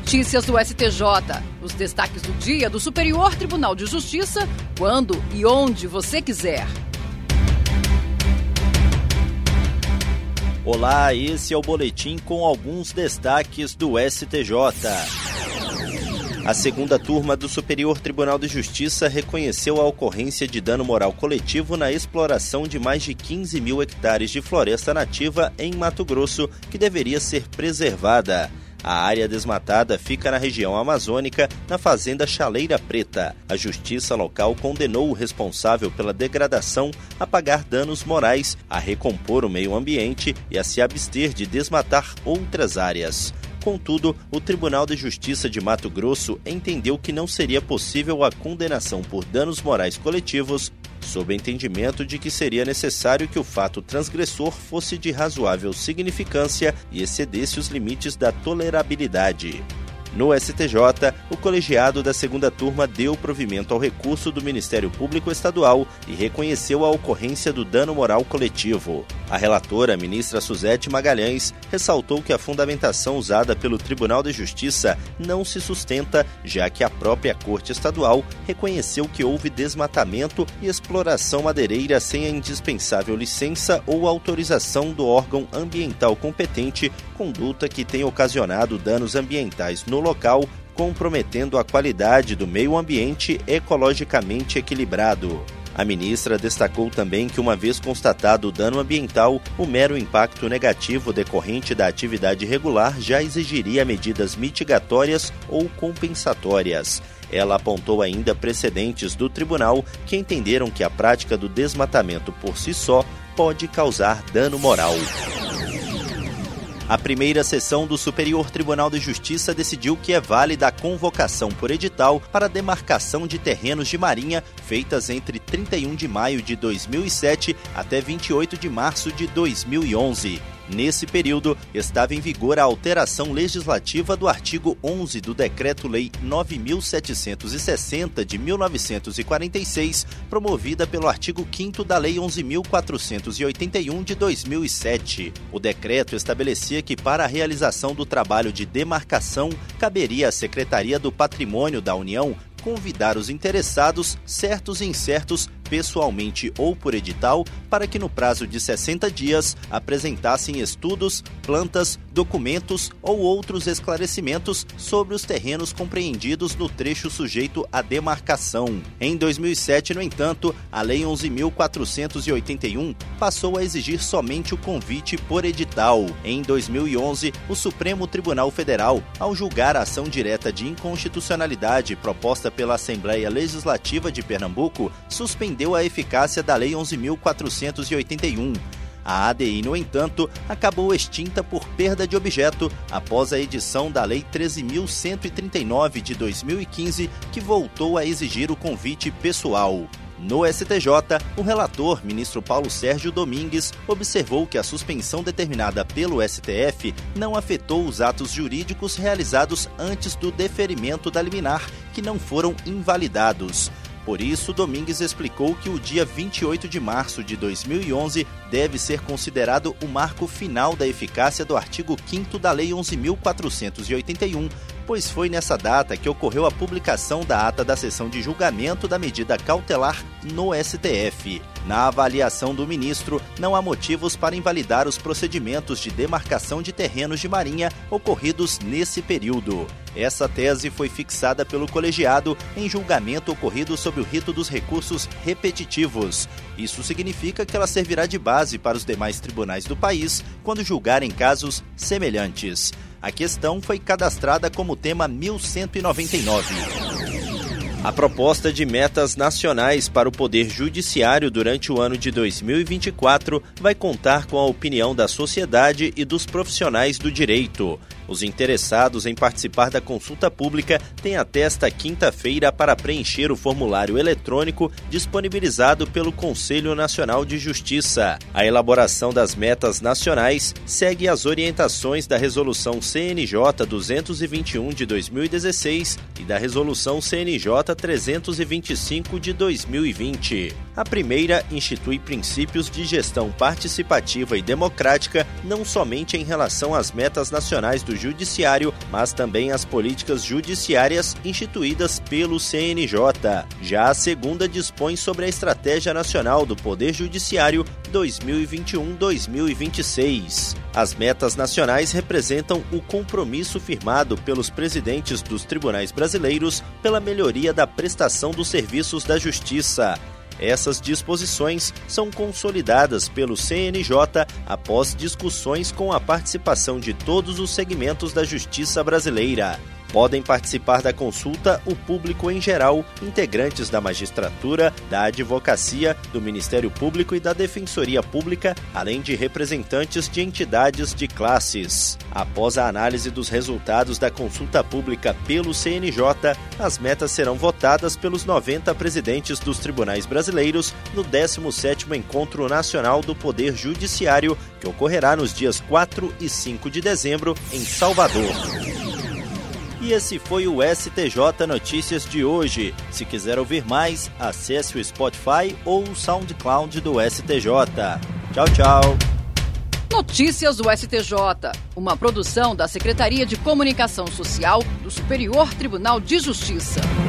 Notícias do STJ. Os destaques do dia do Superior Tribunal de Justiça, quando e onde você quiser. Olá, esse é o boletim com alguns destaques do STJ. A segunda turma do Superior Tribunal de Justiça reconheceu a ocorrência de dano moral coletivo na exploração de mais de 15 mil hectares de floresta nativa em Mato Grosso, que deveria ser preservada. A área desmatada fica na região amazônica, na fazenda Chaleira Preta. A justiça local condenou o responsável pela degradação a pagar danos morais, a recompor o meio ambiente e a se abster de desmatar outras áreas. Contudo, o Tribunal de Justiça de Mato Grosso entendeu que não seria possível a condenação por danos morais coletivos, sob entendimento de que seria necessário que o fato transgressor fosse de razoável significância e excedesse os limites da tolerabilidade. No STJ, o colegiado da segunda turma deu provimento ao recurso do Ministério Público Estadual e reconheceu a ocorrência do dano moral coletivo. A relatora, ministra Suzete Magalhães, ressaltou que a fundamentação usada pelo Tribunal de Justiça não se sustenta, já que a própria Corte Estadual reconheceu que houve desmatamento e exploração madeireira sem a indispensável licença ou autorização do órgão ambiental competente, conduta que tem ocasionado danos ambientais no local, comprometendo a qualidade do meio ambiente ecologicamente equilibrado. A ministra destacou também que, uma vez constatado o dano ambiental, o mero impacto negativo decorrente da atividade regular já exigiria medidas mitigatórias ou compensatórias. Ela apontou ainda precedentes do tribunal que entenderam que a prática do desmatamento por si só pode causar dano moral. A primeira sessão do Superior Tribunal de Justiça decidiu que é válida a convocação por edital para a demarcação de terrenos de marinha feitas entre 31 de maio de 2007 até 28 de março de 2011. Nesse período, estava em vigor a alteração legislativa do artigo 11 do Decreto-Lei 9.760 de 1946, promovida pelo artigo 5º da Lei 11.481 de 2007. O decreto estabelecia que, para a realização do trabalho de demarcação, caberia à Secretaria do Patrimônio da União convidar os interessados, certos e incertos, pessoalmente ou por edital, para que no prazo de 60 dias apresentassem estudos, plantas, documentos ou outros esclarecimentos sobre os terrenos compreendidos no trecho sujeito à demarcação. Em 2007, no entanto, a Lei 11.481 passou a exigir somente o convite por edital. Em 2011, o Supremo Tribunal Federal, ao julgar a ação direta de inconstitucionalidade proposta pela Assembleia Legislativa de Pernambuco, suspendeu a eficácia da Lei 11.481. A ADI, no entanto, acabou extinta por perda de objeto após a edição da Lei 13.139 de 2015, que voltou a exigir o convite pessoal. No STJ, o relator, ministro Paulo Sérgio Domingues, observou que a suspensão determinada pelo STF não afetou os atos jurídicos realizados antes do deferimento da liminar, que não foram invalidados. Por isso, Domingues explicou que o dia 28 de março de 2011 deve ser considerado o marco final da eficácia do artigo 5º da Lei 11.481, pois foi nessa data que ocorreu a publicação da ata da sessão de julgamento da medida cautelar no STF. Na avaliação do ministro, não há motivos para invalidar os procedimentos de demarcação de terrenos de marinha ocorridos nesse período. Essa tese foi fixada pelo colegiado em julgamento ocorrido sob o rito dos recursos repetitivos. Isso significa que ela servirá de base para os demais tribunais do país quando julgarem casos semelhantes. A questão foi cadastrada como tema 1199. A proposta de metas nacionais para o Poder Judiciário durante o ano de 2024 vai contar com a opinião da sociedade e dos profissionais do direito. Os interessados em participar da consulta pública têm até esta quinta-feira para preencher o formulário eletrônico disponibilizado pelo Conselho Nacional de Justiça. A elaboração das metas nacionais segue as orientações da Resolução CNJ 221 de 2016 e da Resolução CNJ 325 de 2020. A primeira institui princípios de gestão participativa e democrática, não somente em relação às metas nacionais do Judiciário, mas também às políticas judiciárias instituídas pelo CNJ. Já a segunda dispõe sobre a Estratégia Nacional do Poder Judiciário 2021-2026. As metas nacionais representam o compromisso firmado pelos presidentes dos tribunais brasileiros pela melhoria da prestação dos serviços da Justiça. Essas disposições são consolidadas pelo CNJ após discussões com a participação de todos os segmentos da Justiça brasileira. Podem participar da consulta o público em geral, integrantes da magistratura, da advocacia, do Ministério Público e da Defensoria Pública, além de representantes de entidades de classes. Após a análise dos resultados da consulta pública pelo CNJ, as metas serão votadas pelos 90 presidentes dos tribunais brasileiros no 17º Encontro Nacional do Poder Judiciário, que ocorrerá nos dias 4 e 5 de dezembro em Salvador. E esse foi o STJ Notícias de hoje. Se quiser ouvir mais, acesse o Spotify ou o SoundCloud do STJ. Tchau, tchau. Notícias do STJ, uma produção da Secretaria de Comunicação Social do Superior Tribunal de Justiça.